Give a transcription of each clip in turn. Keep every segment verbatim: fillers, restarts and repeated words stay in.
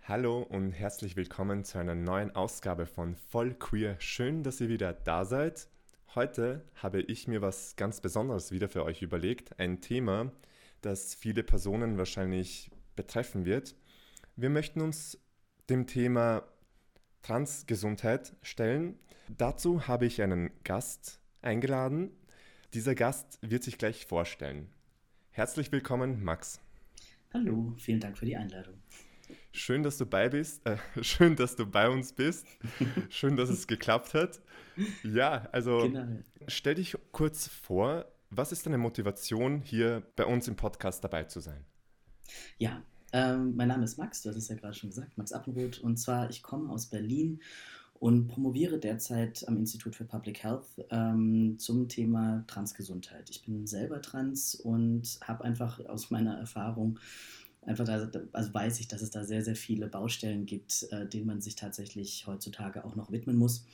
Hallo und herzlich willkommen zu einer neuen Ausgabe von Voll Queer. Schön, dass ihr wieder da seid. Heute habe ich mir was ganz Besonderes wieder für euch überlegt. Ein Thema, das viele Personen wahrscheinlich betreffen wird. Wir möchten uns dem Thema Transgesundheit stellen. Dazu habe ich einen Gast eingeladen. Dieser Gast wird sich gleich vorstellen. Herzlich willkommen, Max. Hallo, vielen Dank für die Einladung. Schön, dass du bei bist. Äh, schön, dass du bei uns bist. Schön, dass es geklappt hat. Ja, also Genau. stell dich kurz vor, was ist deine Motivation, hier bei uns im Podcast dabei zu sein? Ja, ähm, mein Name ist Max, du hast es ja gerade schon gesagt, Max Appenroth. Und zwar, ich komme aus Berlin und promoviere derzeit am Institut für Public Health ähm, zum Thema Transgesundheit. Ich bin selber trans und habe einfach aus meiner Erfahrung einfach da, also weiß ich, dass es da sehr, sehr viele Baustellen gibt, äh, denen man sich tatsächlich heutzutage auch noch widmen muss.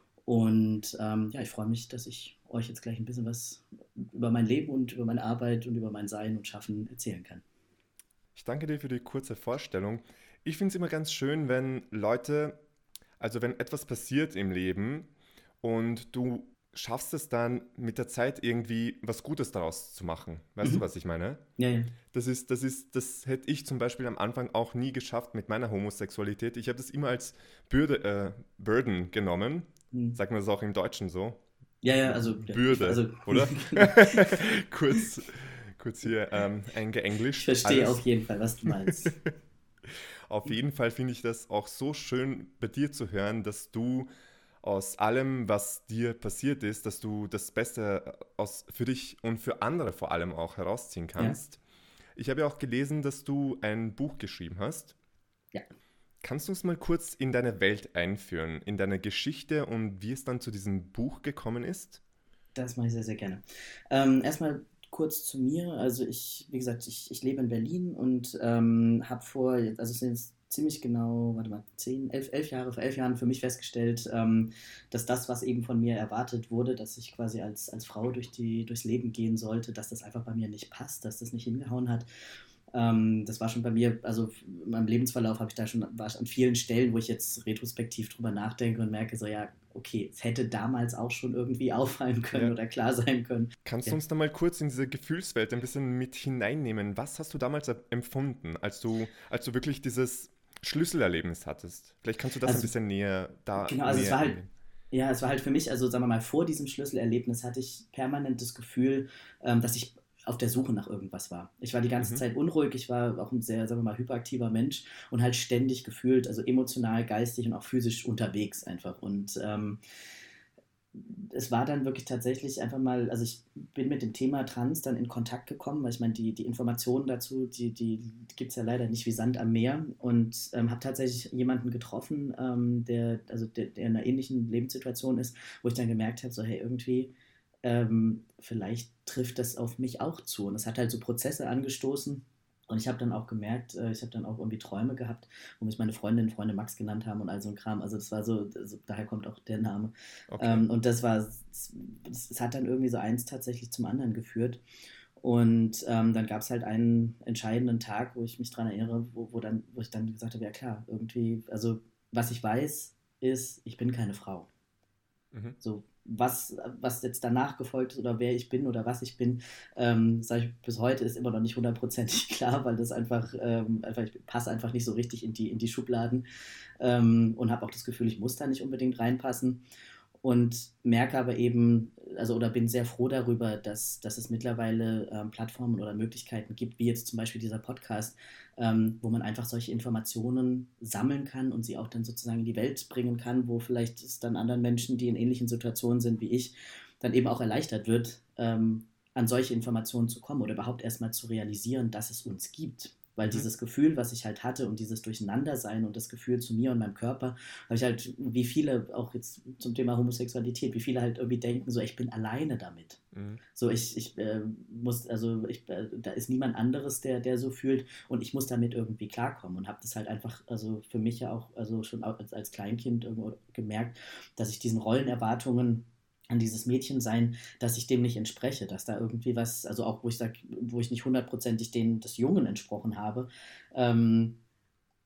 Und ähm, ja, ich freue mich, dass ich euch jetzt gleich ein bisschen was über mein Leben und über meine Arbeit und über mein Sein und Schaffen erzählen kann. Ich danke dir für die kurze Vorstellung. Ich finde es immer ganz schön, wenn Leute, also wenn etwas passiert im Leben und du schaffst es dann mit der Zeit irgendwie was Gutes daraus zu machen. Weißt du, Mhm. was ich meine? Ja, ja. Das ist, das ist, das hätte ich zum Beispiel am Anfang auch nie geschafft mit meiner Homosexualität. Ich habe das immer als Bürde, äh, Burden genommen. Mhm. Sagt man das auch im Deutschen so? Ja, ja, also, ja, ich, Bürde, also oder? genau. kurz, kurz hier ähm, Ich eingeenglischt. verstehe auf Alles. jeden Fall, was du meinst. Auf jeden Fall finde ich das auch so schön bei dir zu hören, dass du aus allem, was dir passiert ist, dass du das Beste aus, für dich und für andere vor allem auch herausziehen Ja, kannst. Ich habe ja auch gelesen, dass du ein Buch geschrieben hast. ja, Kannst du uns mal kurz in deine Welt einführen, in deine Geschichte und wie es dann zu diesem Buch gekommen ist? das mache ich sehr, sehr gerne. Ähm, erstmal kurz zu mir. Also ich, wie gesagt, ich, ich lebe in Berlin und ähm, habe vor, also es sind jetzt ziemlich genau, warte mal, zehn, elf, elf Jahre, vor elf Jahren für mich festgestellt, ähm, dass das, was eben von mir erwartet wurde, dass ich quasi als, als Frau durch die, durchs Leben gehen sollte, dass das einfach bei mir nicht passt, dass das nicht hingehauen hat. Ähm, das war schon bei mir, also in meinem Lebensverlauf habe ich da schon, war ich an vielen Stellen, wo ich jetzt retrospektiv drüber nachdenke und merke, so ja, okay, es hätte damals auch schon irgendwie auffallen können Ja. oder klar sein können. Kannst du Ja, uns da mal kurz in diese Gefühlswelt ein bisschen mit hineinnehmen? Was hast du damals e- empfunden, als du, als du wirklich dieses Schlüsselerlebnis hattest? Vielleicht kannst du das ein also bisschen näher da genau, also es war näher halt, angehen. ja, es war halt für mich, also sagen wir mal, vor diesem Schlüsselerlebnis hatte ich permanent das Gefühl, ähm, dass ich auf der Suche nach irgendwas war. Ich war die ganze Mhm. Zeit unruhig, ich war auch ein sehr, sagen wir mal, hyperaktiver Mensch und halt ständig gefühlt, also emotional, geistig und auch physisch unterwegs einfach. Und ähm, es war dann wirklich tatsächlich einfach mal, also ich bin mit dem Thema Trans dann in Kontakt gekommen, weil ich meine, die, die Informationen dazu, die, die gibt es ja leider nicht wie Sand am Meer und ähm, habe tatsächlich jemanden getroffen, ähm, der, also der, der in einer ähnlichen Lebenssituation ist, wo ich dann gemerkt habe, so hey, irgendwie, ähm, vielleicht trifft das auf mich auch zu. Und es hat halt so Prozesse angestoßen. Und ich habe dann auch gemerkt, äh, ich habe dann auch irgendwie Träume gehabt, wo mich meine Freundinnen Freunde Max genannt haben und all so ein Kram. Also das war so, also daher kommt auch der Name. Okay. Ähm, und das war, es, es hat dann irgendwie so eins tatsächlich zum anderen geführt. Und ähm, dann gab es halt einen entscheidenden Tag, wo ich mich daran erinnere, wo, wo, dann, wo ich dann gesagt habe, ja klar, irgendwie, also was ich weiß, ist, ich bin keine Frau. Mhm. So, was, was jetzt danach gefolgt ist oder wer ich bin oder was ich bin, ähm, sage ich bis heute, ist immer noch nicht hundertprozentig klar, weil das einfach, ähm, einfach ich passe einfach nicht so richtig in die, in die Schubladen ähm, und habe auch das Gefühl, ich muss da nicht unbedingt reinpassen und merke aber eben, also oder bin sehr froh darüber, dass, dass es mittlerweile ähm, Plattformen oder Möglichkeiten gibt, wie jetzt zum Beispiel dieser Podcast, ähm, wo man einfach solche Informationen sammeln kann und sie auch dann sozusagen in die Welt bringen kann, wo vielleicht es dann anderen Menschen, die in ähnlichen Situationen sind wie ich, dann eben auch erleichtert wird, ähm, an solche Informationen zu kommen oder überhaupt erstmal zu realisieren, dass es uns gibt. Weil Mhm. dieses Gefühl, was ich halt hatte und dieses Durcheinandersein und das Gefühl zu mir und meinem Körper, habe ich halt, wie viele, auch jetzt zum Thema Homosexualität, wie viele halt irgendwie denken, so, ich bin alleine damit. Mhm. So, ich, ich äh, muss, also ich, äh, da ist niemand anderes, der, der so fühlt und ich muss damit irgendwie klarkommen und habe das halt einfach, also für mich ja auch, also schon als, als Kleinkind irgendwo gemerkt, dass ich diesen Rollenerwartungen an dieses Mädchensein, dass ich dem nicht entspreche, dass da irgendwie was, also auch wo ich sag, wo ich nicht hundertprozentig den des Jungen entsprochen habe, ähm,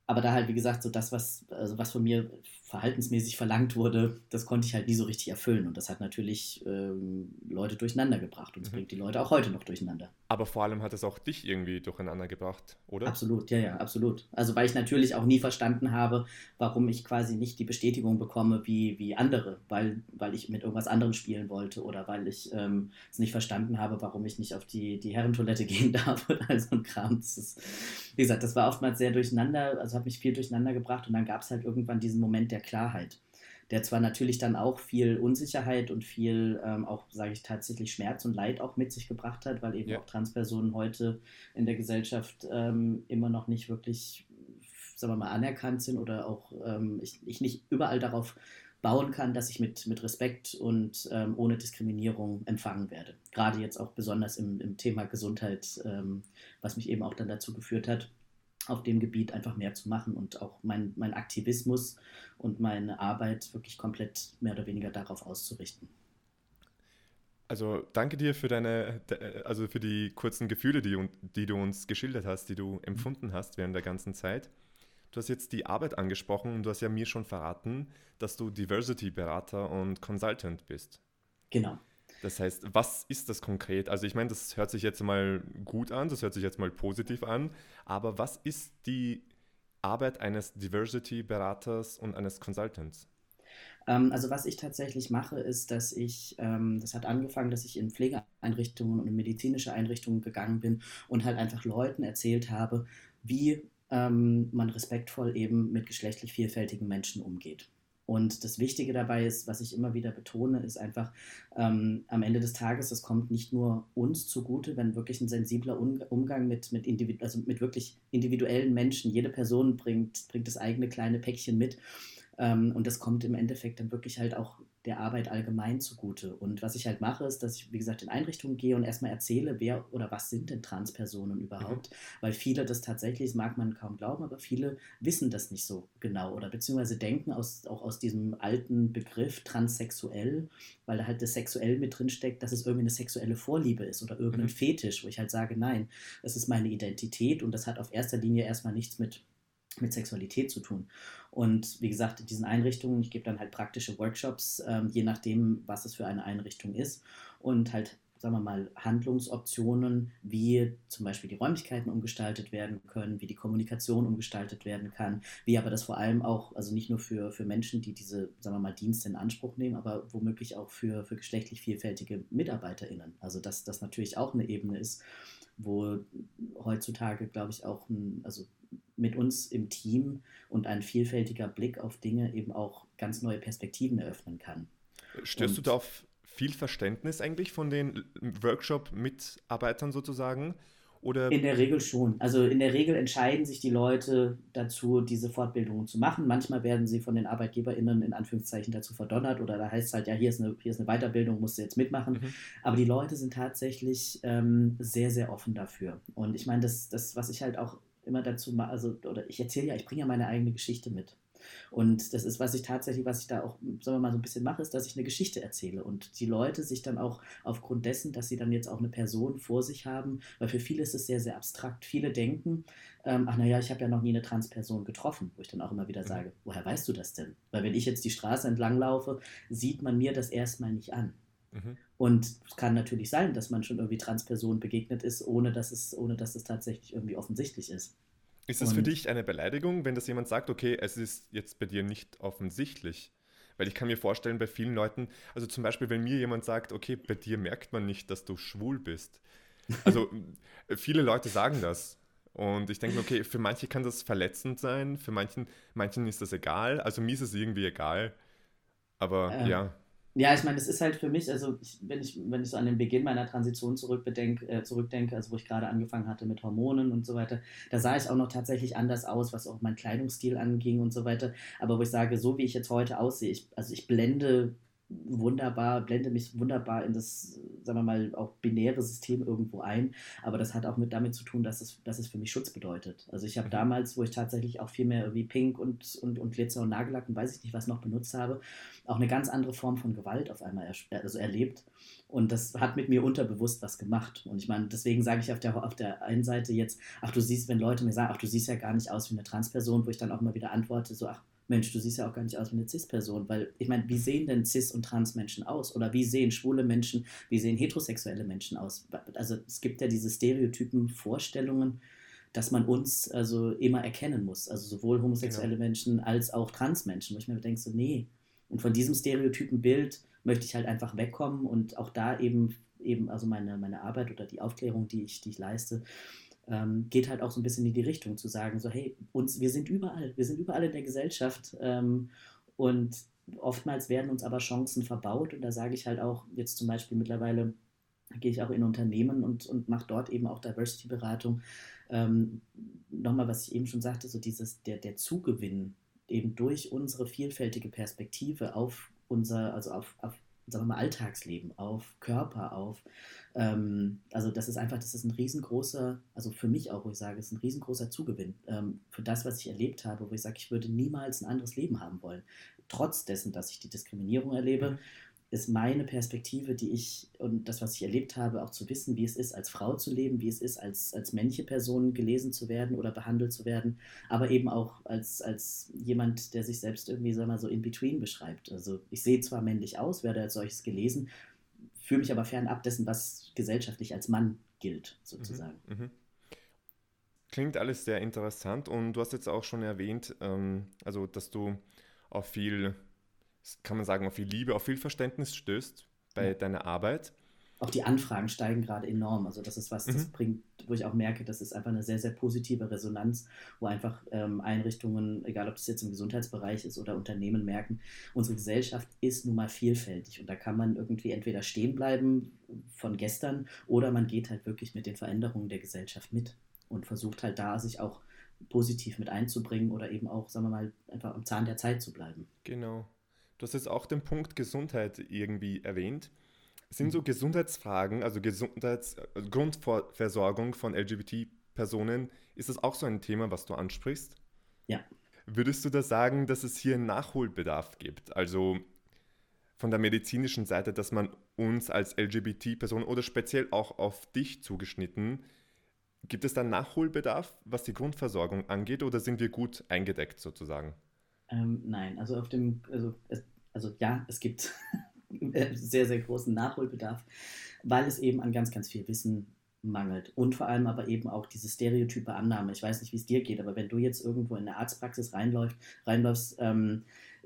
aber da halt, wie gesagt, so das, was, also was von mir verhaltensmäßig verlangt wurde, das konnte ich halt nie so richtig erfüllen. Und das hat natürlich ähm, Leute durcheinander gebracht. Und es Mhm. bringt die Leute auch heute noch durcheinander. Aber vor allem hat es auch dich irgendwie durcheinander gebracht, oder? Absolut, ja, ja, absolut. Also weil ich natürlich auch nie verstanden habe, warum ich quasi nicht die Bestätigung bekomme wie, wie andere, weil, weil ich mit irgendwas anderem spielen wollte oder weil ich ähm, es nicht verstanden habe, warum ich nicht auf die, die Herrentoilette gehen darf oder all so ein Kram. Das ist, wie gesagt, das war oftmals sehr durcheinander, also hat mich viel durcheinander gebracht und dann gab es halt irgendwann diesen Moment der Klarheit, der zwar natürlich dann auch viel Unsicherheit und viel ähm, auch, sage ich tatsächlich, Schmerz und Leid auch mit sich gebracht hat, weil eben Ja. auch Transpersonen heute in der Gesellschaft ähm, immer noch nicht wirklich, sagen wir mal, anerkannt sind oder auch ähm, ich, ich nicht überall darauf bauen kann, dass ich mit, mit Respekt und ähm, ohne Diskriminierung empfangen werde. Gerade jetzt auch besonders im, im Thema Gesundheit, ähm, was mich eben auch dann dazu geführt hat, auf dem Gebiet einfach mehr zu machen und auch mein, mein Aktivismus und meine Arbeit wirklich komplett mehr oder weniger darauf auszurichten. Also danke dir für deine, de- also für die kurzen Gefühle, die, un- die du uns geschildert hast, die du empfunden hast während der ganzen Zeit. Du hast jetzt die Arbeit angesprochen und du hast ja mir schon verraten, dass du Diversity-Berater und Consultant bist. Genau. Das heißt, was ist das konkret? Also ich meine, das hört sich jetzt mal gut an, das hört sich jetzt mal positiv an, aber was ist die Arbeit eines Diversity-Beraters und eines Consultants? Ähm, also was ich tatsächlich mache, ist, dass ich, ähm, das hat angefangen, dass ich in Pflegeeinrichtungen und in medizinische Einrichtungen gegangen bin und halt einfach Leuten erzählt habe, wie ähm, man respektvoll eben mit geschlechtlich vielfältigen Menschen umgeht. Und das Wichtige dabei ist, was ich immer wieder betone, ist einfach ähm, am Ende des Tages, das kommt nicht nur uns zugute, wenn wirklich ein sensibler Umgang mit, mit, individu also mit wirklich individuellen Menschen, jede Person bringt, bringt das eigene kleine Päckchen mit, ähm, und das kommt im Endeffekt dann wirklich halt auch der Arbeit allgemein zugute. Und was ich halt mache, ist, dass ich, wie gesagt, in Einrichtungen gehe und erstmal erzähle, wer oder was sind denn Transpersonen Mhm. überhaupt. Weil viele das tatsächlich, das mag man kaum glauben, aber viele wissen das nicht so genau oder beziehungsweise denken aus, auch aus diesem alten Begriff transsexuell, weil da halt das sexuell mit drin steckt, dass es irgendwie eine sexuelle Vorliebe ist oder irgendein Mhm. Fetisch, wo ich halt sage, nein, es ist meine Identität und das hat auf erster Linie erstmal nichts mit mit Sexualität zu tun. Und wie gesagt, in diesen Einrichtungen, ich gebe dann halt praktische Workshops, ähm, je nachdem, was es für eine Einrichtung ist und halt, sagen wir mal, Handlungsoptionen, wie zum Beispiel die Räumlichkeiten umgestaltet werden können, wie die Kommunikation umgestaltet werden kann, wie aber das vor allem auch, also nicht nur für, für Menschen, die diese, sagen wir mal, Dienste in Anspruch nehmen, aber womöglich auch für, für geschlechtlich vielfältige MitarbeiterInnen. Also dass das natürlich auch eine Ebene ist, wo heutzutage, glaube ich, auch ein, also mit uns im Team und ein vielfältiger Blick auf Dinge eben auch ganz neue Perspektiven eröffnen kann. Stößt du da Und auf viel Verständnis eigentlich von den Workshop-Mitarbeitern sozusagen? Oder in der Regel schon. Also in der Regel entscheiden sich die Leute dazu, diese Fortbildungen zu machen. Manchmal werden sie von den ArbeitgeberInnen in Anführungszeichen dazu verdonnert oder da heißt es halt, ja, hier ist eine, hier ist eine Weiterbildung, musst du jetzt mitmachen. mhm. Aber die Leute sind tatsächlich ähm, sehr, sehr offen dafür. Und ich meine, das, das, was ich halt auch immer dazu mache, also, oder ich erzähle ja, ich bringe ja meine eigene Geschichte mit. Und das ist, was ich tatsächlich, was ich da auch, sagen wir mal, so ein bisschen mache, ist, dass ich eine Geschichte erzähle und die Leute sich dann auch aufgrund dessen, dass sie dann jetzt auch eine Person vor sich haben, weil für viele ist es sehr, sehr abstrakt. Viele denken, ähm, ach naja, ich habe ja noch nie eine Transperson getroffen, wo ich dann auch immer wieder Mhm. sage, woher weißt du das denn? Weil wenn ich jetzt die Straße entlang laufe, sieht man mir das erstmal nicht an. Mhm. Und es kann natürlich sein, dass man schon irgendwie Transpersonen begegnet ist, ohne dass es, ohne dass es tatsächlich irgendwie offensichtlich ist. Ist es für Und dich eine Beleidigung, wenn das jemand sagt, okay, es ist jetzt bei dir nicht offensichtlich? Weil ich kann mir vorstellen, bei vielen Leuten, also zum Beispiel, wenn mir jemand sagt, okay, bei dir merkt man nicht, dass du schwul bist. Also äh, viele Leute sagen das. Und ich denke mir, okay, für manche kann das verletzend sein, für manchen, manchen ist das egal. Also mir ist es irgendwie egal. Aber äh, ja. Ja, ich meine, das ist halt für mich, also ich, wenn ich, wenn ich so an den Beginn meiner Transition zurückbedenk, äh, zurückdenke, also wo ich gerade angefangen hatte mit Hormonen und so weiter, da sah ich auch noch tatsächlich anders aus, was auch meinen Kleidungsstil anging und so weiter. Aber wo ich sage, so wie ich jetzt heute aussehe, ich, also ich blende wunderbar, blende mich wunderbar in das, sagen wir mal, auch binäre System irgendwo ein. Aber das hat auch mit damit zu tun, dass es, dass es für mich Schutz bedeutet. Also ich habe Mhm. damals, wo ich tatsächlich auch viel mehr irgendwie Pink und, und, und Glitzer und Nagellack und weiß ich nicht, was noch benutzt habe, auch eine ganz andere Form von Gewalt auf einmal er, also erlebt. Und das hat mit mir unterbewusst was gemacht. Und ich meine, deswegen sage ich auf der, auf der einen Seite jetzt, ach du siehst, wenn Leute mir sagen, ach du siehst ja gar nicht aus wie eine Transperson, wo ich dann auch mal wieder antworte, so, ach Mensch, du siehst ja auch gar nicht aus wie eine Cis-Person, weil ich meine, wie sehen denn Cis- und Trans-Menschen aus? Oder wie sehen schwule Menschen, wie sehen heterosexuelle Menschen aus? Also es gibt ja diese Stereotypen, Vorstellungen, dass man uns also immer erkennen muss. Also sowohl Genau. homosexuelle Menschen als auch Trans-Menschen, wo ich mir denke, so nee. Und von diesem Stereotypenbild möchte ich halt einfach wegkommen und auch da eben, eben also meine, meine Arbeit oder die Aufklärung, die ich, die ich leiste, ähm, geht halt auch so ein bisschen in die Richtung zu sagen, so hey, uns, wir sind überall, wir sind überall in der Gesellschaft ähm, und oftmals werden uns aber Chancen verbaut und da sage ich halt auch jetzt zum Beispiel mittlerweile gehe ich auch in Unternehmen und, und mache dort eben auch Diversity-Beratung. Ähm, Nochmal, was ich eben schon sagte, so dieses, der, der Zugewinn eben durch unsere vielfältige Perspektive auf unser, also auf, auf sagen wir mal, Alltagsleben, auf Körper, auf, ähm, also das ist einfach, das ist ein riesengroßer, also für mich auch, wo ich sage, es ist ein riesengroßer Zugewinn ähm, für das, was ich erlebt habe, wo ich sage, ich würde niemals ein anderes Leben haben wollen. Trotz dessen, dass ich die Diskriminierung erlebe, Mhm. ist meine Perspektive, die ich und das, was ich erlebt habe, auch zu wissen, wie es ist, als Frau zu leben, wie es ist, als, als männliche Person gelesen zu werden oder behandelt zu werden, aber eben auch als, als jemand, der sich selbst irgendwie, sagen wir mal, so in between beschreibt. Also ich sehe zwar männlich aus, werde als solches gelesen, fühle mich aber fernab dessen, was gesellschaftlich als Mann gilt, Mhm. sozusagen. Mhm. Klingt alles sehr interessant und du hast jetzt auch schon erwähnt, ähm, also dass du auf viel, kann man sagen, auf viel Liebe, auf viel Verständnis stößt bei Ja. deiner Arbeit. Auch die Anfragen steigen gerade enorm. Also das ist was, das Mhm. bringt, wo ich auch merke, das ist einfach eine sehr, sehr positive Resonanz, wo einfach ähm, Einrichtungen, egal ob das jetzt im Gesundheitsbereich ist oder Unternehmen, merken, unsere Gesellschaft ist nun mal vielfältig und da kann man irgendwie entweder stehen bleiben von gestern oder man geht halt wirklich mit den Veränderungen der Gesellschaft mit und versucht halt da sich auch positiv mit einzubringen oder eben auch, sagen wir mal, einfach am Zahn der Zeit zu bleiben. Genau. Du hast jetzt auch den Punkt Gesundheit irgendwie erwähnt. Sind Mhm. so Gesundheitsfragen, also Gesundheits also Grundversorgung von L G B T-Personen, ist das auch so ein Thema, was du ansprichst? Ja. Würdest du da sagen, dass es hier einen Nachholbedarf gibt? Also von der medizinischen Seite, dass man uns als L G B T-Personen oder speziell auch auf dich zugeschnitten, gibt es da Nachholbedarf, was die Grundversorgung angeht, oder sind wir gut eingedeckt sozusagen? Ähm, nein, also auf dem, also, es, also ja, es gibt sehr, sehr großen Nachholbedarf, weil es eben an ganz, ganz viel Wissen mangelt. Und vor allem aber eben auch diese stereotype Annahme. Ich weiß nicht, wie es dir geht, aber wenn du jetzt irgendwo in eine Arztpraxis reinläufst, reinläufst ähm,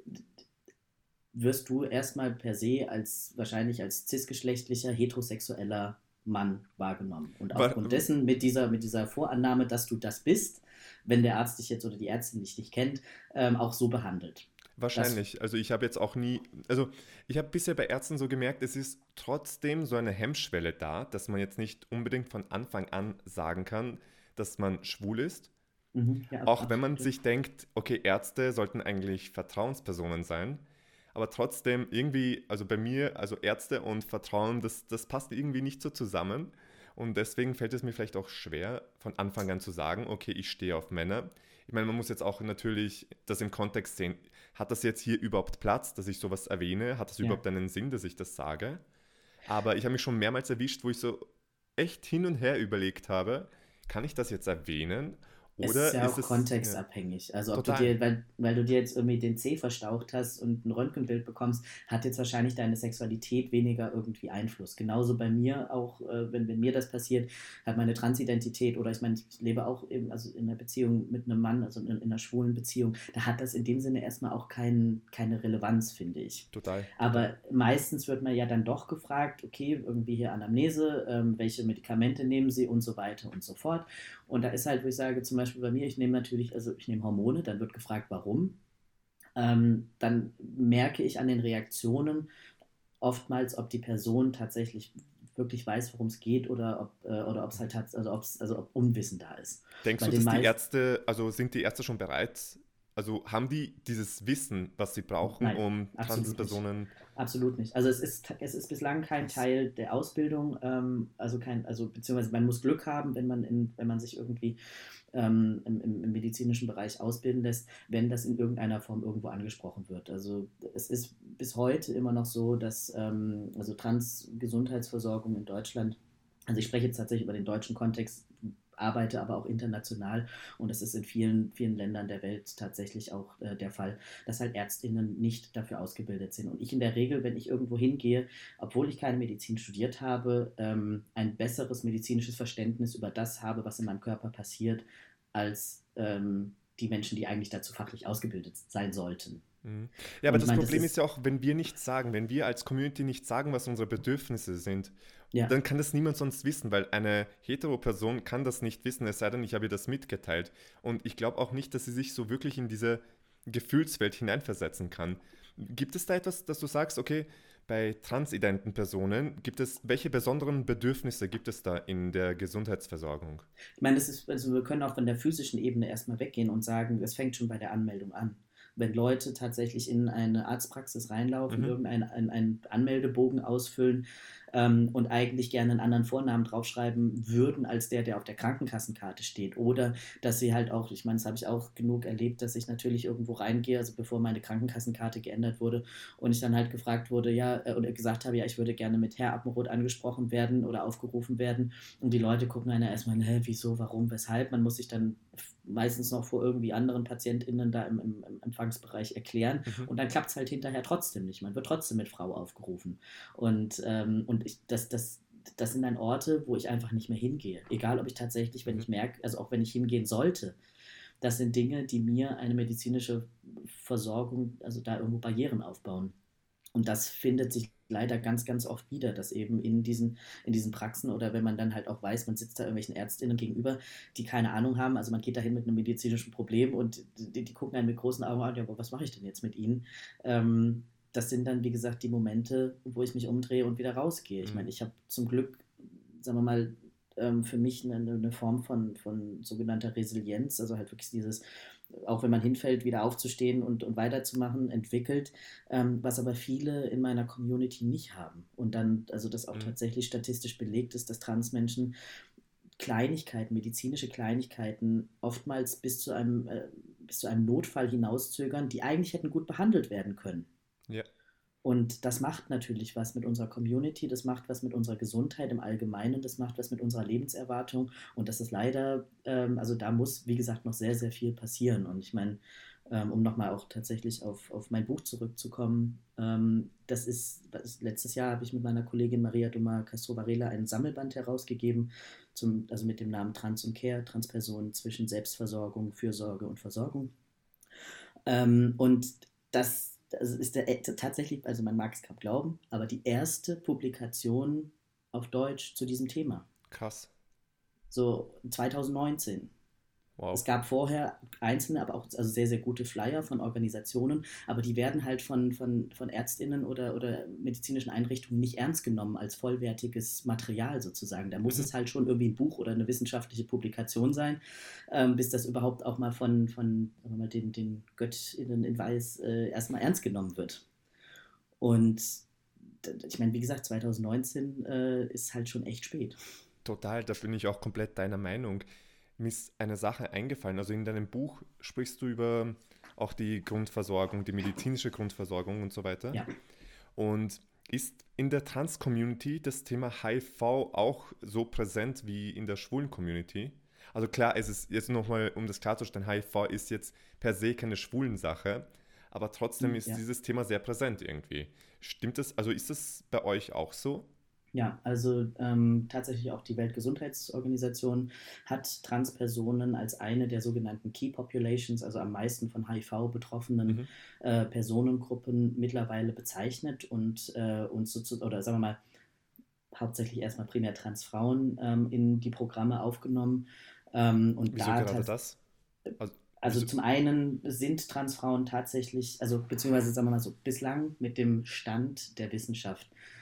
wirst du erstmal per se als wahrscheinlich als cisgeschlechtlicher, heterosexueller Mann wahrgenommen. Und Wa- aufgrund dessen, mit dieser, mit dieser Vorannahme, dass du das bist, wenn der Arzt dich jetzt oder die Ärztin dich nicht kennt, ähm, auch so behandelt. Das, Wahrscheinlich. Also ich habe jetzt auch nie, also ich habe bisher bei Ärzten so gemerkt, es ist trotzdem so eine Hemmschwelle da, dass man jetzt nicht unbedingt von Anfang an sagen kann, dass man schwul ist. mhm, ja, Auch wenn man absolut. sich denkt, okay, Ärzte sollten eigentlich Vertrauenspersonen sein. Aber trotzdem irgendwie, also bei mir, also Ärzte und Vertrauen, das, das passt irgendwie nicht so zusammen. Und deswegen fällt es mir vielleicht auch schwer, von Anfang an zu sagen, okay, ich stehe auf Männer. Ich meine, man muss jetzt auch natürlich das im Kontext sehen. Hat das jetzt hier überhaupt Platz, dass ich sowas erwähne? Hat das Ja. überhaupt einen Sinn, dass ich das sage? Aber ich habe mich schon mehrmals erwischt, wo ich so echt hin und her überlegt habe, kann ich das jetzt erwähnen? Es ist Oder ja ist auch es, ja, kontextabhängig. Also ob du total. dir, weil, weil du dir jetzt irgendwie den Zeh verstaucht hast und ein Röntgenbild bekommst, hat jetzt wahrscheinlich deine Sexualität weniger irgendwie Einfluss. Genauso bei mir auch, äh, wenn, wenn mir das passiert, hat meine Transidentität oder ich meine, ich lebe auch eben, also in einer Beziehung mit einem Mann, also in, in einer schwulen Beziehung, da hat das in dem Sinne erstmal auch kein, keine Relevanz, finde ich. Total, total. Aber meistens wird man ja dann doch gefragt, okay, irgendwie hier Anamnese, ähm, welche Medikamente nehmen Sie und so weiter und so fort. Und da ist halt, wo ich sage, zum Beispiel bei mir, ich nehme natürlich, also ich nehme Hormone, dann wird gefragt, warum. Ähm, dann merke ich an den Reaktionen oftmals, ob die Person tatsächlich wirklich weiß, worum es geht oder ob äh, oder ob es halt hat, also ob es also ob Unwissen da ist. Denkst Bei du, den dass die meisten Ärzte, also sind die Ärzte schon bereit, Also haben die dieses Wissen, was sie brauchen, Nein, um absolut nicht. Transpersonen... Absolut nicht. Also es ist, es ist bislang kein Krass. Teil der Ausbildung, ähm, also kein, also beziehungsweise man muss Glück haben, wenn man in, wenn man sich irgendwie ähm, im, im, im medizinischen Bereich ausbilden lässt, wenn das in irgendeiner Form irgendwo angesprochen wird. Also es ist bis heute immer noch so, dass ähm, also Trans-Gesundheitsversorgung in Deutschland, also ich spreche jetzt tatsächlich über den deutschen Kontext, arbeite aber auch international und das ist in vielen, vielen Ländern der Welt tatsächlich auch äh, der Fall, dass halt ÄrztInnen nicht dafür ausgebildet sind. Und ich in der Regel, wenn ich irgendwo hingehe, obwohl ich keine Medizin studiert habe, ähm, ein besseres medizinisches Verständnis über das habe, was in meinem Körper passiert, als ähm, die Menschen, die eigentlich dazu fachlich ausgebildet sein sollten. Mhm. Ja, aber Und ich das meine, das Problem ist ist, ja auch, wenn wir nichts sagen, wenn wir als Community nicht sagen, was unsere Bedürfnisse sind, ja, dann kann das niemand sonst wissen, weil eine hetero-Person kann das nicht wissen, es sei denn, ich habe ihr das mitgeteilt. Und ich glaube auch nicht, dass sie sich so wirklich in diese Gefühlswelt hineinversetzen kann. Gibt es da etwas, dass du sagst, okay, bei transidenten Personen gibt es, welche besonderen Bedürfnisse gibt es da in der Gesundheitsversorgung? ich meine, das ist, also wir können auch von der physischen Ebene erstmal weggehen und sagen, es fängt schon bei der Anmeldung an. Wenn Leute tatsächlich in eine Arztpraxis reinlaufen, Mhm. irgendeinen einen, einen Anmeldebogen ausfüllen ähm, und eigentlich gerne einen anderen Vornamen draufschreiben würden, als der, der auf der Krankenkassenkarte steht. Oder dass sie halt auch, ich meine, das habe ich auch genug erlebt, dass ich natürlich irgendwo reingehe, also bevor meine Krankenkassenkarte geändert wurde und ich dann halt gefragt wurde, ja, äh, oder gesagt habe, ja, ich würde gerne mit Herr Abendroth angesprochen werden oder aufgerufen werden. Und die Leute gucken einer erstmal, hä, wieso, warum, weshalb. Man muss sich dann meistens noch vor irgendwie anderen PatientInnen da im, im, im Empfangsbereich erklären. Mhm. Und dann klappt es halt hinterher trotzdem nicht. Man wird trotzdem mit Frau aufgerufen. Und, ähm, und ich, das, das, das sind dann Orte, wo ich einfach nicht mehr hingehe. Egal, ob ich tatsächlich, wenn Mhm. ich merke, also auch wenn ich hingehen sollte, das sind Dinge, die mir eine medizinische Versorgung, also da irgendwo Barrieren aufbauen. Und das findet sich leider ganz, ganz oft wieder, dass eben in diesen, in diesen Praxen oder wenn man dann halt auch weiß, man sitzt da irgendwelchen Ärztinnen gegenüber, die keine Ahnung haben, also man geht dahin mit einem medizinischen Problem und die, die gucken einen mit großen Augen an, ja, aber was mache ich denn jetzt mit ihnen? Ähm, das sind dann, wie gesagt, die Momente, wo ich mich umdrehe und wieder rausgehe. Ich Mhm. meine, ich habe zum Glück, sagen wir mal, ähm, für mich eine, eine Form von, von sogenannter Resilienz, also halt wirklich dieses, auch wenn man hinfällt, wieder aufzustehen und, und weiterzumachen, entwickelt, ähm, was aber viele in meiner Community nicht haben. Und dann, also das auch Mhm. tatsächlich statistisch belegt ist, dass Transmenschen Kleinigkeiten, medizinische Kleinigkeiten oftmals bis zu einem, äh, bis zu einem Notfall hinauszögern, die eigentlich hätten gut behandelt werden können. Ja. Und das macht natürlich was mit unserer Community, das macht was mit unserer Gesundheit im Allgemeinen, das macht was mit unserer Lebenserwartung. Und das ist leider, ähm, also da muss, wie gesagt, noch sehr, sehr viel passieren. Und ich meine, ähm, um nochmal auch tatsächlich auf, auf mein Buch zurückzukommen, ähm, das ist, das, letztes Jahr habe ich mit meiner Kollegin Maria Doma Castro Varela ein Sammelband herausgegeben, zum, also mit dem Namen Trans und Care, Transpersonen zwischen Selbstversorgung, Fürsorge und Versorgung. Ähm, und das, das ist der, äh, tatsächlich, also man mag es kaum glauben, aber die erste Publikation auf Deutsch zu diesem Thema. Krass. So zwanzig neunzehn. Es Wow. gab vorher einzelne, aber auch also sehr, sehr gute Flyer von Organisationen, aber die werden halt von, von, von ÄrztInnen oder, oder medizinischen Einrichtungen nicht ernst genommen als vollwertiges Material sozusagen. Da muss Mhm. es halt schon irgendwie ein Buch oder eine wissenschaftliche Publikation sein, ähm, bis das überhaupt auch mal von, von sagen wir mal, den, den GöttInnen in Weiß äh, erstmal ernst genommen wird. Und ich meine, wie gesagt, zwanzig neunzehn äh, ist halt schon echt spät. Total, da bin ich auch komplett deiner Meinung. Mir ist eine Sache eingefallen. Also in deinem Buch sprichst du über auch die Grundversorgung, die medizinische Grundversorgung und so weiter. Ja. Und ist in der Trans-Community das Thema H I V auch so präsent wie in der schwulen Community? Also klar, es ist jetzt nochmal, um das klarzustellen, H I V ist jetzt per se keine schwulen Sache, aber trotzdem ist Ja. dieses Thema sehr präsent irgendwie. Stimmt das, also ist das bei euch auch so? Ja, also ähm, tatsächlich auch die Weltgesundheitsorganisation hat Transpersonen als eine der sogenannten Key Populations, also am meisten von H I V betroffenen Mhm. äh, Personengruppen mittlerweile bezeichnet und äh, uns sozusagen, oder sagen wir mal, hauptsächlich erstmal primär Transfrauen ähm, in die Programme aufgenommen. Ähm, und Wieso da gerade tats- das? Also, also wieso? zum einen sind Transfrauen tatsächlich, also beziehungsweise sagen wir mal so, bislang mit dem Stand der Wissenschaft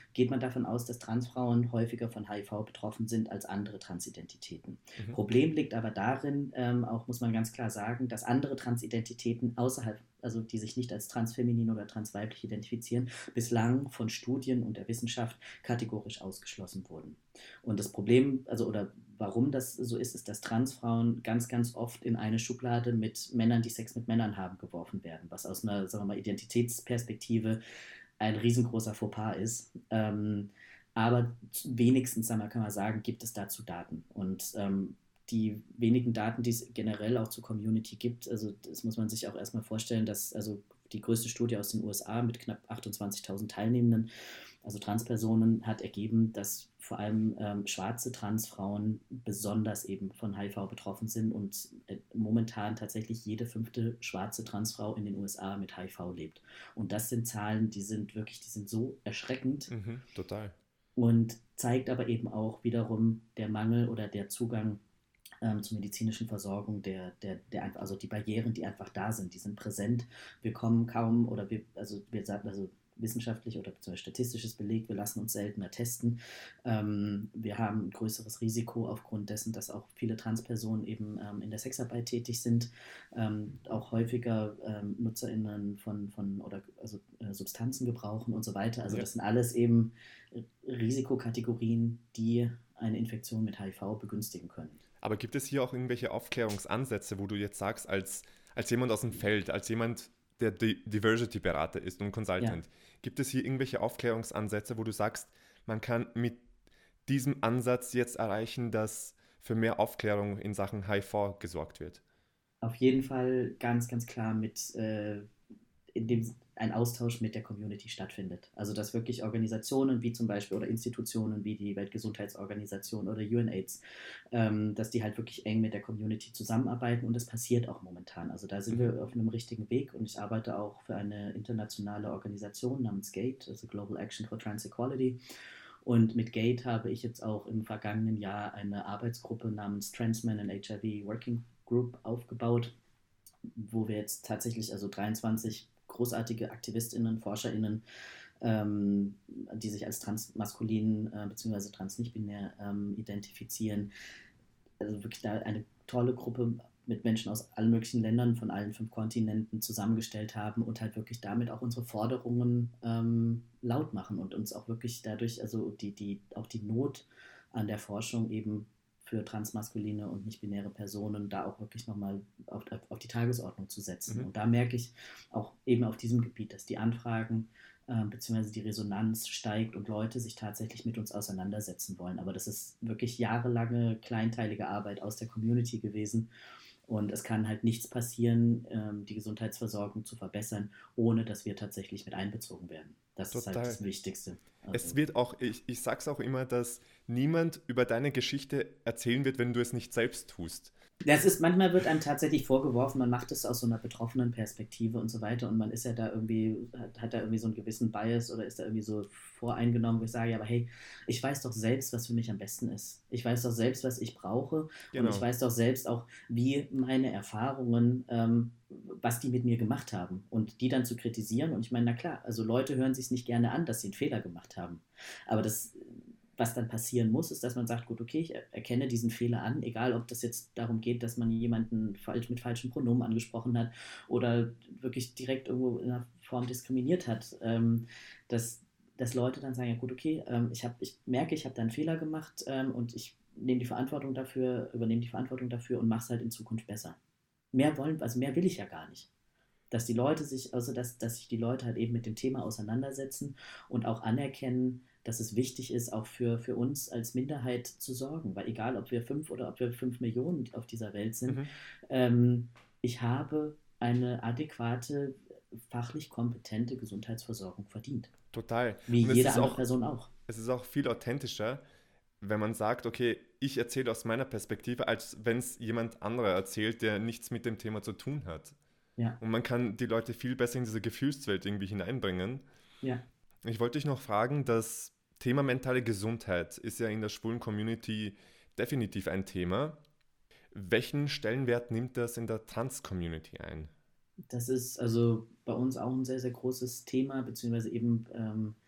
geht man davon aus, dass Transfrauen häufiger von H I V betroffen sind als andere Transidentitäten. Mhm. Problem liegt aber darin, ähm, auch muss man ganz klar sagen, dass andere Transidentitäten außerhalb, also die sich nicht als transfeminin oder transweiblich identifizieren, bislang von Studien und der Wissenschaft kategorisch ausgeschlossen wurden. Und das Problem, also oder warum das so ist, ist, dass Transfrauen ganz, ganz oft in eine Schublade mit Männern, die Sex mit Männern haben, geworfen werden, was aus einer, sagen wir mal, Identitätsperspektive ein riesengroßer Fauxpas ist. Ähm, aber wenigstens, sagen wir, kann man sagen, gibt es dazu Daten. Und ähm, die wenigen Daten, die es generell auch zur Community gibt, also das muss man sich auch erstmal vorstellen, dass also die größte Studie aus den U S A mit knapp achtundzwanzigtausend Teilnehmenden, also Transpersonen, hat ergeben, dass vor allem ähm, schwarze Transfrauen besonders eben von H I V betroffen sind und äh, momentan tatsächlich jede fünfte schwarze Transfrau in den U S A mit H I V lebt. Und das sind Zahlen, die sind wirklich, die sind so erschreckend. Mhm, total. Und zeigt aber eben auch wiederum der Mangel oder der Zugang ähm, zur medizinischen Versorgung, der, der, der also die Barrieren, die einfach da sind, die sind präsent. Wir kommen kaum oder wir, also wir sagen, also wissenschaftlich oder statistisches Beleg, wir lassen uns seltener testen. Ähm, wir haben ein größeres Risiko aufgrund dessen, dass auch viele Transpersonen eben ähm, in der Sexarbeit tätig sind, ähm, auch häufiger ähm, NutzerInnen von, von oder also äh, Substanzen gebrauchen und so weiter. Also Ja. das sind alles eben Risikokategorien, die eine Infektion mit H I V begünstigen können. Aber gibt es hier auch irgendwelche Aufklärungsansätze, wo du jetzt sagst, als, als jemand aus dem Feld, als jemand, der Di- Diversity-Berater ist und Consultant, Ja. gibt es hier irgendwelche Aufklärungsansätze, wo du sagst, man kann mit diesem Ansatz jetzt erreichen, dass für mehr Aufklärung in Sachen H I V gesorgt wird? Auf jeden Fall ganz, ganz klar mit, äh, in dem ein Austausch mit der Community stattfindet. Also dass wirklich Organisationen wie zum Beispiel oder Institutionen wie die Weltgesundheitsorganisation oder UNAIDS, ähm, dass die halt wirklich eng mit der Community zusammenarbeiten und das passiert auch momentan. Also da sind Mhm. wir auf einem richtigen Weg und ich arbeite auch für eine internationale Organisation namens GATE, also Global Action for Trans Equality. Und mit GATE habe ich jetzt auch im vergangenen Jahr eine Arbeitsgruppe namens Trans Men and H I V Working Group aufgebaut, wo wir jetzt tatsächlich also dreiundzwanzig großartige AktivistInnen, ForscherInnen, ähm, die sich als transmaskulin äh, bzw. trans-nicht-binär ähm, identifizieren. Also wirklich da eine tolle Gruppe mit Menschen aus allen möglichen Ländern von allen fünf Kontinenten zusammengestellt haben und halt wirklich damit auch unsere Forderungen ähm, laut machen und uns auch wirklich dadurch, also die, die, auch die Not an der Forschung eben für transmaskuline und nicht-binäre Personen da auch wirklich nochmal auf, auf die Tagesordnung zu setzen. Mhm. Und da merke ich auch eben auf diesem Gebiet, dass die Anfragen äh, bzw. die Resonanz steigt und Leute sich tatsächlich mit uns auseinandersetzen wollen. Aber das ist wirklich jahrelange kleinteilige Arbeit aus der Community gewesen. Und es kann halt nichts passieren, ähm, die Gesundheitsversorgung zu verbessern, ohne dass wir tatsächlich mit einbezogen werden. Das ist halt Total. das Wichtigste. Es Also, wird auch, ich, ich sag's auch immer, dass niemand über deine Geschichte erzählen wird, wenn du es nicht selbst tust. das ist, manchmal wird einem tatsächlich vorgeworfen, man macht es aus so einer betroffenen Perspektive und so weiter und man ist ja da irgendwie, hat, hat da irgendwie so einen gewissen Bias oder ist da irgendwie so voreingenommen, wo ich sage, ja, aber hey, ich weiß doch selbst, was für mich am besten ist. Ich weiß doch selbst, was ich brauche und ich Genau. weiß doch selbst auch, wie meine Erfahrungen, ähm, was die mit mir gemacht haben und die dann zu kritisieren und ich meine, na klar, also Leute hören sich nicht gerne an, dass sie einen Fehler gemacht haben, aber das was dann passieren muss, ist, dass man sagt, gut, okay, ich erkenne diesen Fehler an, egal ob das jetzt darum geht, dass man jemanden falsch mit falschen Pronomen angesprochen hat oder wirklich direkt irgendwo in einer Form diskriminiert hat, ähm, dass, dass Leute dann sagen, ja gut, okay, ähm, ich, hab, ich merke, ich habe da einen Fehler gemacht ähm, und ich nehme die Verantwortung dafür, übernehme die Verantwortung dafür und mache es halt in Zukunft besser. Mehr wollen, also mehr will ich ja gar nicht. Dass die Leute sich, also dass, dass sich die Leute halt eben mit dem Thema auseinandersetzen und auch anerkennen, dass es wichtig ist, auch für, für uns als Minderheit zu sorgen. Weil egal, ob wir fünf oder ob wir fünf Millionen auf dieser Welt sind, Mhm. ähm, ich habe eine adäquate, fachlich kompetente Gesundheitsversorgung verdient. Total. Wie Und es jede ist andere auch, Person auch. es ist auch viel authentischer, wenn man sagt, okay, ich erzähle aus meiner Perspektive, als wenn es jemand anderer erzählt, der nichts mit dem Thema zu tun hat. Ja, Und man kann die Leute viel besser in diese Gefühlswelt irgendwie hineinbringen. ja. Ich wollte dich noch fragen, das Thema mentale Gesundheit ist ja in der schwulen Community definitiv ein Thema. Welchen Stellenwert nimmt das in der Trans-Community ein? Das ist also bei uns auch ein sehr, sehr großes Thema, beziehungsweise eben ähm,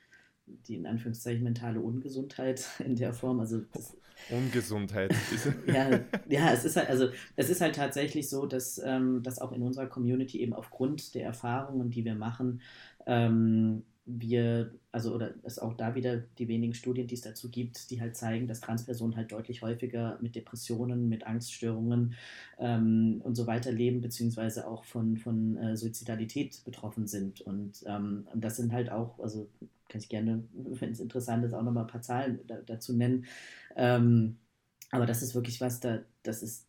die in Anführungszeichen mentale Ungesundheit in der Form. Also das, Ungesundheit. ja, ja, es ist halt, also es ist halt tatsächlich so, dass, ähm, dass auch in unserer Community eben aufgrund der Erfahrungen, die wir machen, ähm, wir, also oder es auch da wieder die wenigen Studien, die es dazu gibt, die halt zeigen, dass Transpersonen halt deutlich häufiger mit Depressionen, mit Angststörungen ähm, und so weiter leben, beziehungsweise auch von, von äh, Suizidalität betroffen sind. Und, ähm, und das sind halt auch, also kann ich gerne, wenn es interessant ist, auch nochmal ein paar Zahlen da, dazu nennen. Ähm, aber das ist wirklich was, da, das ist,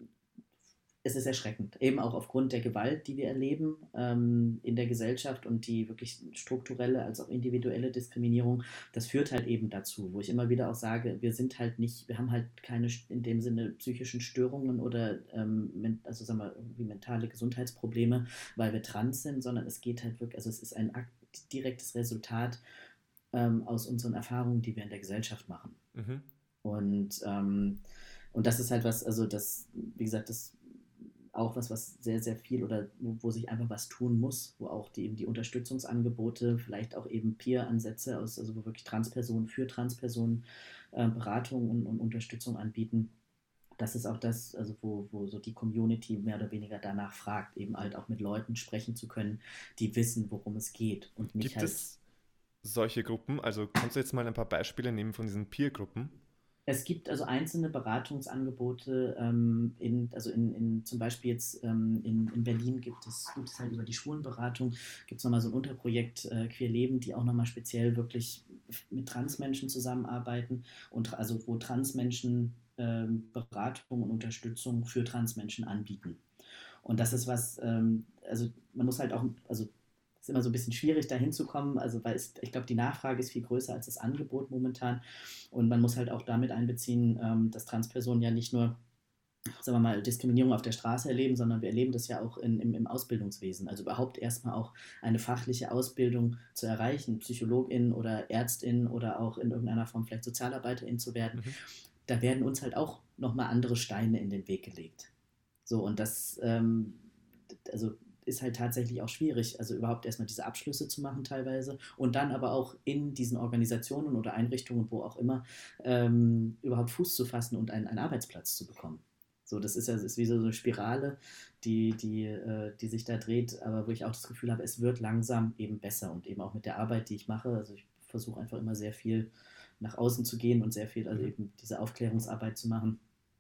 es ist erschreckend. Eben auch aufgrund der Gewalt, die wir erleben ähm, in der Gesellschaft und die wirklich strukturelle als auch individuelle Diskriminierung, das führt halt eben dazu, wo ich immer wieder auch sage, wir sind halt nicht, wir haben halt keine in dem Sinne psychischen Störungen oder ähm, also sagen wir irgendwie mentale Gesundheitsprobleme, weil wir trans sind, sondern es geht halt wirklich, also es ist ein direktes Resultat ähm, aus unseren Erfahrungen, die wir in der Gesellschaft machen. Mhm. Und, ähm, und das ist halt was, also das, wie gesagt, das auch was, was sehr, sehr viel oder wo, wo sich einfach was tun muss, wo auch die, eben die Unterstützungsangebote, vielleicht auch eben Peer-Ansätze, aus, also wo wirklich Transpersonen für Transpersonen äh, Beratung und, und Unterstützung anbieten. Das ist auch das, also wo, wo so die Community mehr oder weniger danach fragt, eben halt auch mit Leuten sprechen zu können, die wissen, worum es geht und nicht Gibt halt. es solche Gruppen? Also kannst du jetzt mal ein paar Beispiele nehmen von diesen Peer-Gruppen? Es gibt also einzelne Beratungsangebote, ähm, in, also in, in, zum Beispiel jetzt ähm, in, in Berlin gibt es, gibt es halt über die Schwulenberatung, gibt es nochmal so ein Unterprojekt äh, Queer Leben, die auch nochmal speziell wirklich mit Transmenschen zusammenarbeiten und also wo Transmenschen ähm, Beratung und Unterstützung für Transmenschen anbieten. Und das ist was, ähm, also man muss halt auch, also es ist immer so ein bisschen schwierig, da hinzukommen, also weil es, ich glaube, die Nachfrage ist viel größer als das Angebot momentan und man muss halt auch damit einbeziehen, ähm, dass Transpersonen ja nicht nur, sagen wir mal, Diskriminierung auf der Straße erleben, sondern wir erleben das ja auch in, im, im Ausbildungswesen, also überhaupt erstmal auch eine fachliche Ausbildung zu erreichen, Psychologin oder Ärztin oder auch in irgendeiner Form vielleicht Sozialarbeiterin zu werden, Mhm. da werden uns halt auch nochmal andere Steine in den Weg gelegt. So, und das, ähm, also ist halt tatsächlich auch schwierig, also überhaupt erstmal diese Abschlüsse zu machen teilweise und dann aber auch in diesen Organisationen oder Einrichtungen, wo auch immer, ähm, überhaupt Fuß zu fassen und einen, einen Arbeitsplatz zu bekommen. So, das ist ja das ist wie so eine Spirale, die, die, äh, die sich da dreht, aber wo ich auch das Gefühl habe, es wird langsam eben besser und eben auch mit der Arbeit, die ich mache, also ich versuche einfach immer sehr viel nach außen zu gehen und sehr viel, also Mhm. eben diese Aufklärungsarbeit zu machen,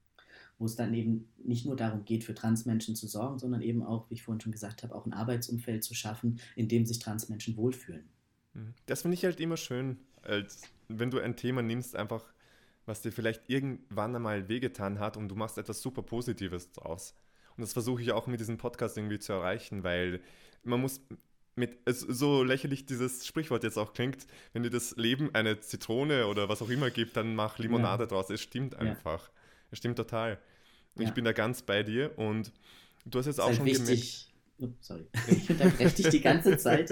wo es dann eben nicht nur darum geht, für Transmenschen zu sorgen, sondern eben auch, wie ich vorhin schon gesagt habe, auch ein Arbeitsumfeld zu schaffen, in dem sich Transmenschen wohlfühlen. Das finde ich halt immer schön, als wenn du ein Thema nimmst, einfach, was dir vielleicht irgendwann einmal wehgetan hat und du machst etwas super Positives draus. Und das versuche ich auch mit diesem Podcast irgendwie zu erreichen, weil man muss mit, so lächerlich dieses Sprichwort jetzt auch klingt, wenn dir das Leben eine Zitrone oder was auch immer gibt, dann mach Limonade Ja, draus. Es stimmt ja, einfach. Es stimmt total. Ich ja. bin da ganz bei dir und du hast jetzt Ist auch halt schon gemerkt. wichtig. Oh, sorry, ich unterbreche dich die ganze Zeit.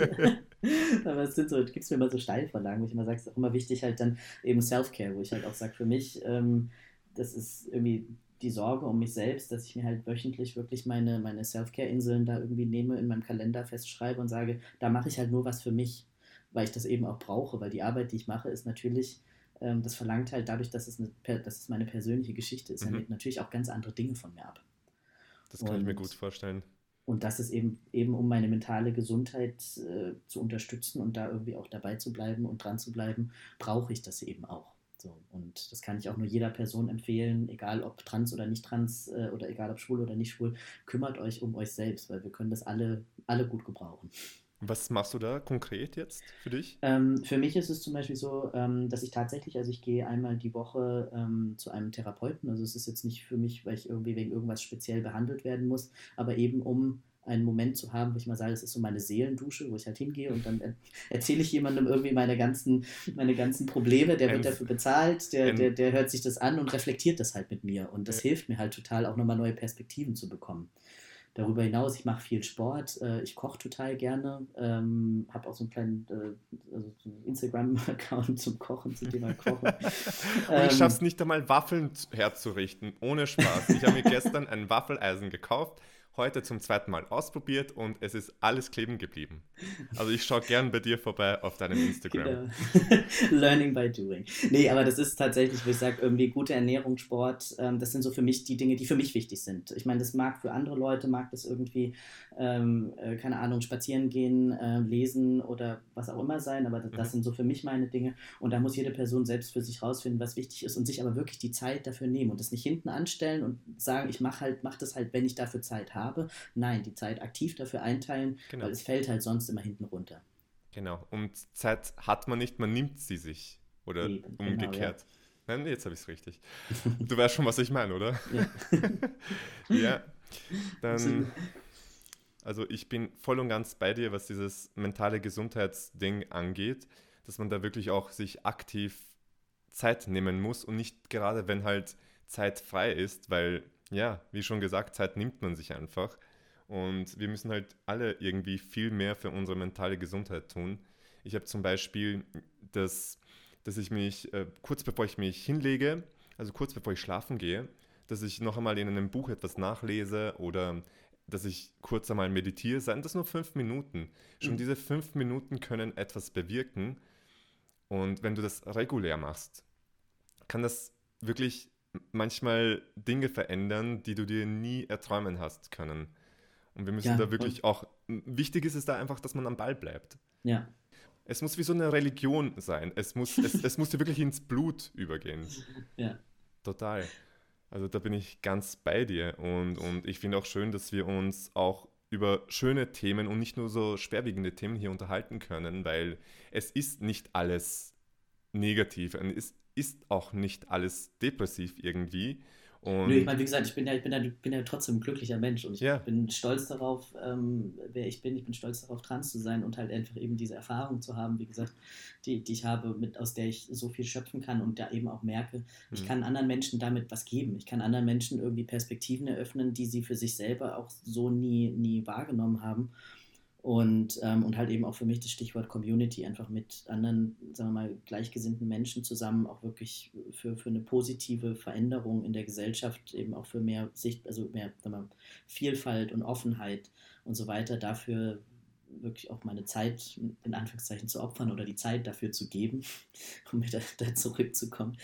Aber es sind so, du gibst mir immer so Steilvorlagen, wo ich immer sage, es ist auch immer wichtig, halt dann eben Self-Care, wo ich halt auch sage, für mich, ähm, das ist irgendwie die Sorge um mich selbst, dass ich mir halt wöchentlich wirklich meine, meine Self-Care-Inseln da irgendwie nehme, in meinem Kalender festschreibe und sage, da mache ich halt nur was für mich, weil ich das eben auch brauche, weil die Arbeit, die ich mache, ist natürlich, ähm, das verlangt halt dadurch, dass es, eine, dass es meine persönliche Geschichte ist, Mhm, damit natürlich auch ganz andere Dinge von mir ab. das kann ich mir gut Und vorstellen. und das ist eben, eben um meine mentale Gesundheit äh, zu unterstützen und da irgendwie auch dabei zu bleiben und dran zu bleiben, brauche ich das eben auch. So, und das kann ich auch nur jeder Person empfehlen, egal ob trans oder nicht trans äh, oder egal ob schwul oder nicht schwul, kümmert euch um euch selbst, weil wir können das alle, alle gut gebrauchen. Was machst du da konkret jetzt für dich? Ähm, für mich ist es zum Beispiel so, ähm, dass ich tatsächlich, also ich gehe einmal die Woche ähm, zu einem Therapeuten. Also es ist jetzt nicht für mich, weil ich irgendwie wegen irgendwas speziell behandelt werden muss, aber eben um einen Moment zu haben, wo ich mal sage, das ist so meine Seelendusche, wo ich halt hingehe und dann er erzähle ich jemandem irgendwie meine ganzen, meine ganzen Probleme, der wird Ein, dafür bezahlt, der, der, ein, der hört sich das an und reflektiert das halt mit mir. Und das äh, hilft mir halt total, auch nochmal neue Perspektiven zu bekommen. Darüber hinaus, ich mache viel Sport, äh, ich koche total gerne, ähm, habe auch so einen kleinen äh, also so einen Instagram-Account zum Kochen, zum Thema Kochen. Und ich ähm, schaff's nicht einmal, Waffeln herzurichten, ohne Spaß. Ich habe mir gestern ein Waffeleisen gekauft heute zum zweiten Mal ausprobiert und es ist alles kleben geblieben. Also ich schaue gern bei dir vorbei auf deinem Instagram. Genau. Learning by doing. Nee, aber das ist tatsächlich, wo ich sage, irgendwie gute Ernährung, Sport, ähm, das sind so für mich die Dinge, die für mich wichtig sind. Ich meine, das mag für andere Leute, mag das irgendwie, ähm, äh, keine Ahnung, spazieren gehen, äh, lesen oder was auch immer sein, aber das, das Mhm. sind so für mich meine Dinge. Und da muss jede Person selbst für sich rausfinden, was wichtig ist und sich aber wirklich die Zeit dafür nehmen und das nicht hinten anstellen und sagen, ich mache halt, mach das halt, wenn ich dafür Zeit habe. Nein, die Zeit aktiv dafür einteilen, weil Genau, es fällt halt sonst immer hinten runter. genau. Und Zeit hat man nicht, man nimmt sie sich. Oder Eben, genau, ja. umgekehrt. Nein, jetzt habe ich es richtig. Du weißt schon, was ich meine, oder? Ja, Ja, dann, absolut. also ich bin voll und ganz bei dir, was dieses mentale Gesundheitsding angeht, dass man da wirklich auch sich aktiv Zeit nehmen muss und nicht gerade, wenn halt Zeit frei ist, weil, ja, wie schon gesagt, Zeit nimmt man sich einfach. Und wir müssen halt alle irgendwie viel mehr für unsere mentale Gesundheit tun. Ich habe zum Beispiel das, dass ich mich, äh, kurz bevor ich mich hinlege, also kurz bevor ich schlafen gehe, dass ich noch einmal in einem Buch etwas nachlese oder dass ich kurz einmal meditiere, seien das nur fünf Minuten. Schon Mhm. diese fünf Minuten können etwas bewirken und wenn du das regulär machst, kann das wirklich manchmal Dinge verändern, die du dir nie erträumen hast können. Und wir müssen Ja, da voll. wirklich auch, wichtig ist es da einfach, dass man am Ball bleibt. Ja, Es muss wie so eine Religion sein. Es muss, es, es muss dir wirklich ins Blut übergehen. ja, Total. Also da bin ich ganz bei dir. Und, und ich finde auch schön, dass wir uns auch über schöne Themen und nicht nur so schwerwiegende Themen hier unterhalten können, weil es ist nicht alles negativ und es ist auch nicht alles depressiv irgendwie. nö, ich Und meine, wie gesagt, ich bin ja, ich bin ja, bin ja trotzdem ein glücklicher Mensch und ich ja, bin stolz darauf, ähm, wer ich bin. Ich bin stolz darauf, trans zu sein und halt einfach eben diese Erfahrung zu haben, wie gesagt, die, die ich habe, mit, aus der ich so viel schöpfen kann und da eben auch merke, ich hm, kann anderen Menschen damit was geben. Ich kann anderen Menschen irgendwie Perspektiven eröffnen, die sie für sich selber auch so nie, nie wahrgenommen haben. Und, ähm, und halt eben auch für mich das Stichwort Community, einfach mit anderen, sagen wir mal, gleichgesinnten Menschen zusammen auch wirklich für, für eine positive Veränderung in der Gesellschaft, eben auch für mehr Sicht, also mehr, sagen wir mal, Vielfalt und Offenheit und so weiter, dafür wirklich auch meine Zeit in Anführungszeichen zu opfern oder die Zeit dafür zu geben, um wieder da zurückzukommen.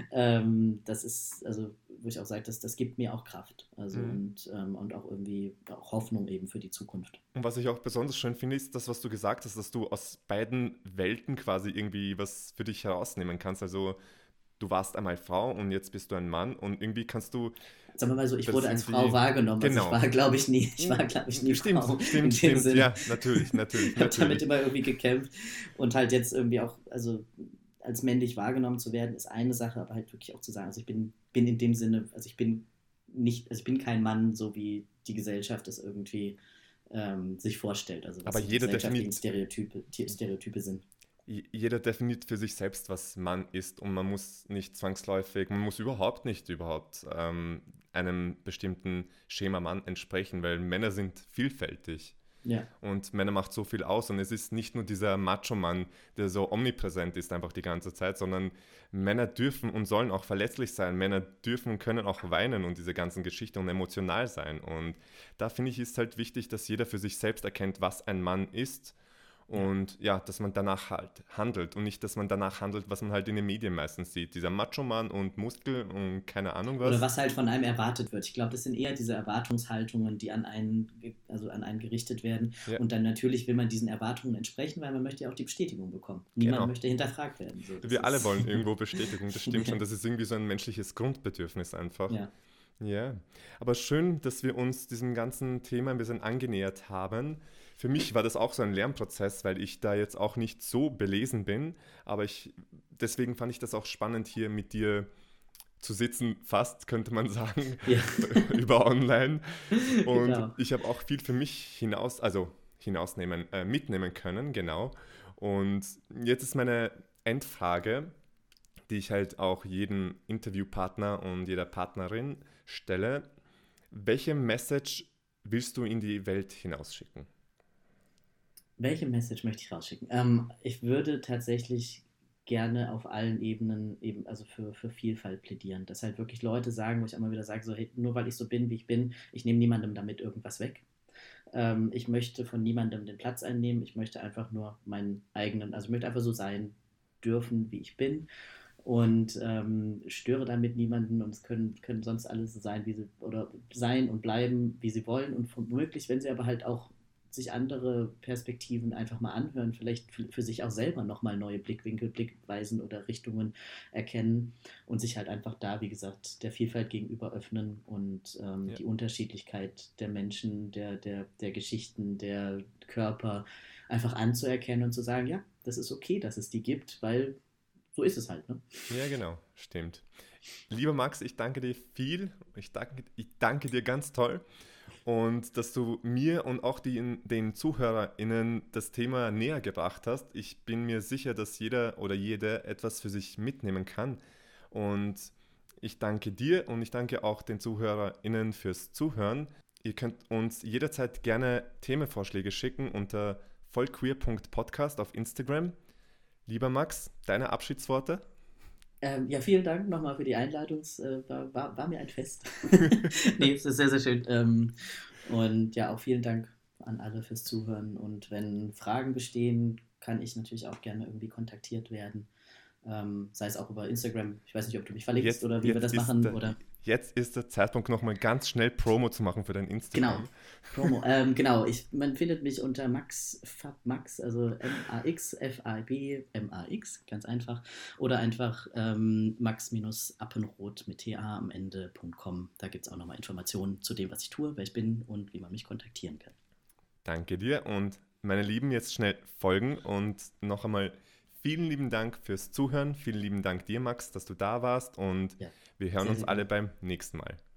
Ähm, das ist, also, wo ich auch sage, das, das gibt mir auch Kraft. Also hm. und, ähm, und auch irgendwie auch Hoffnung eben für die Zukunft. Und was ich auch besonders schön finde, ist das, was du gesagt hast, dass du aus beiden Welten quasi irgendwie was für dich herausnehmen kannst. Also du warst einmal Frau und jetzt bist du ein Mann und irgendwie kannst du Sagen wir mal so, ich das wurde als Frau irgendwie, wahrgenommen. Also ich genau. war, glaube ich, nie, ich war, Hm, glaube ich, nie Stimmt, Frau in stimmt, dem stimmt, Sinne. ja, natürlich, natürlich, Ich habe damit natürlich. immer irgendwie gekämpft und halt jetzt irgendwie auch, also als männlich wahrgenommen zu werden, ist eine Sache, aber halt wirklich auch zu sagen, also ich bin, bin in dem Sinne, also ich bin nicht, also ich bin kein Mann, so wie die Gesellschaft es irgendwie ähm, sich vorstellt, also was Aber so die jeder gesellschaftlichen definiert, Stereotype, Stereotype sind. jeder definiert für sich selbst, was Mann ist und man muss nicht zwangsläufig, man muss überhaupt nicht überhaupt ähm, einem bestimmten Schema Mann entsprechen, weil Männer sind vielfältig. Ja, Und Männer macht so viel aus. Und es ist nicht nur dieser Macho-Mann, der so omnipräsent ist einfach die ganze Zeit, sondern Männer dürfen und sollen auch verletzlich sein. Männer dürfen und können auch weinen und diese ganzen Geschichten und emotional sein. Und da finde ich, ist halt wichtig, dass jeder für sich selbst erkennt, was ein Mann ist. ja. Und ja, dass man danach halt handelt und nicht, dass man danach handelt, was man halt in den Medien meistens sieht. Dieser Macho-Mann und Muskel und keine Ahnung Oder was. was halt von einem erwartet wird. Ich glaube, das sind eher diese Erwartungshaltungen, die an einen, also an einen gerichtet werden. Ja, Und dann natürlich will man diesen Erwartungen entsprechen, weil man möchte ja auch die Bestätigung bekommen. Niemand genau. möchte hinterfragt werden. So, das Wir alle ist wollen irgendwo Bestätigung, das stimmt ja, schon. Das ist irgendwie so ein menschliches Grundbedürfnis einfach. ja, Ja, aber schön, dass wir uns diesem ganzen Thema ein bisschen angenähert haben. Für mich war das auch so ein Lernprozess, weil ich da jetzt auch nicht so belesen bin, aber ich, deswegen fand ich das auch spannend, hier mit dir zu sitzen, fast könnte man sagen, ja. über online. Und Genau. ich habe auch viel für mich hinaus, also hinausnehmen, äh, mitnehmen können, genau. Und jetzt ist meine Endfrage, die ich halt auch jedem Interviewpartner und jeder Partnerin stelle. Welche Message willst du in die Welt hinausschicken? Welche Message möchte ich rausschicken? Ähm, ich würde tatsächlich gerne auf allen Ebenen eben, also für, für Vielfalt plädieren. Dass halt wirklich Leute sagen, wo ich immer wieder sage, so, hey, nur weil ich so bin, wie ich bin, ich nehme niemandem damit irgendwas weg. Ähm, ich möchte von niemandem den Platz einnehmen. Ich möchte einfach nur meinen eigenen, also ich möchte einfach so sein dürfen, wie ich bin. Und ähm, störe damit niemanden und es können, können sonst alles so sein, wie sie oder sein und bleiben, wie sie wollen. Und womöglich, wenn sie aber halt auch sich andere Perspektiven einfach mal anhören, vielleicht für, für sich auch selber nochmal neue Blickwinkel, Blickweisen oder Richtungen erkennen und sich halt einfach da, wie gesagt, der Vielfalt gegenüber öffnen und ähm, Ja. die Unterschiedlichkeit der Menschen, der, der, der Geschichten, der Körper einfach anzuerkennen und zu sagen, ja, das ist okay, dass es die gibt, weil so ist es halt, ne? Ja, genau, stimmt. Lieber Max, ich danke dir viel. Ich danke, ich danke dir ganz toll. Und dass du mir und auch die, den ZuhörerInnen das Thema näher gebracht hast. Ich bin mir sicher, dass jeder oder jede etwas für sich mitnehmen kann. Und ich danke dir und ich danke auch den ZuhörerInnen fürs Zuhören. Ihr könnt uns jederzeit gerne Themenvorschläge schicken unter vollqueer punkt podcast auf Instagram. Lieber Max, deine Abschiedsworte? Ähm, ja, vielen Dank nochmal für die Einladung. Es äh, war, war, war mir ein Fest. Nee, es ist sehr, sehr schön. Ähm, und ja, auch vielen Dank an alle fürs Zuhören. Und wenn Fragen bestehen, kann ich natürlich auch gerne irgendwie kontaktiert werden. Ähm, sei es auch über Instagram. Ich weiß nicht, ob du mich verlinkst Jetzt, oder wie wir jetzt, das ist machen. der, Oder jetzt ist der Zeitpunkt, nochmal ganz schnell Promo zu machen für dein genau, Instagram. Promo. Ähm, genau, ich, man findet mich unter Max, Fab Max, also M A X, F A B, M A X, ganz einfach. Oder einfach ähm, max-appenroth mit T A am Ende Punkt com. Da gibt es auch nochmal Informationen zu dem, was ich tue, wer ich bin und wie man mich kontaktieren kann. Danke dir und meine Lieben, jetzt schnell folgen und noch einmal vielen lieben Dank fürs Zuhören. Vielen lieben Dank dir, Max, dass du da warst und Ja, wir hören sehr, uns sehr alle gerne. beim nächsten Mal.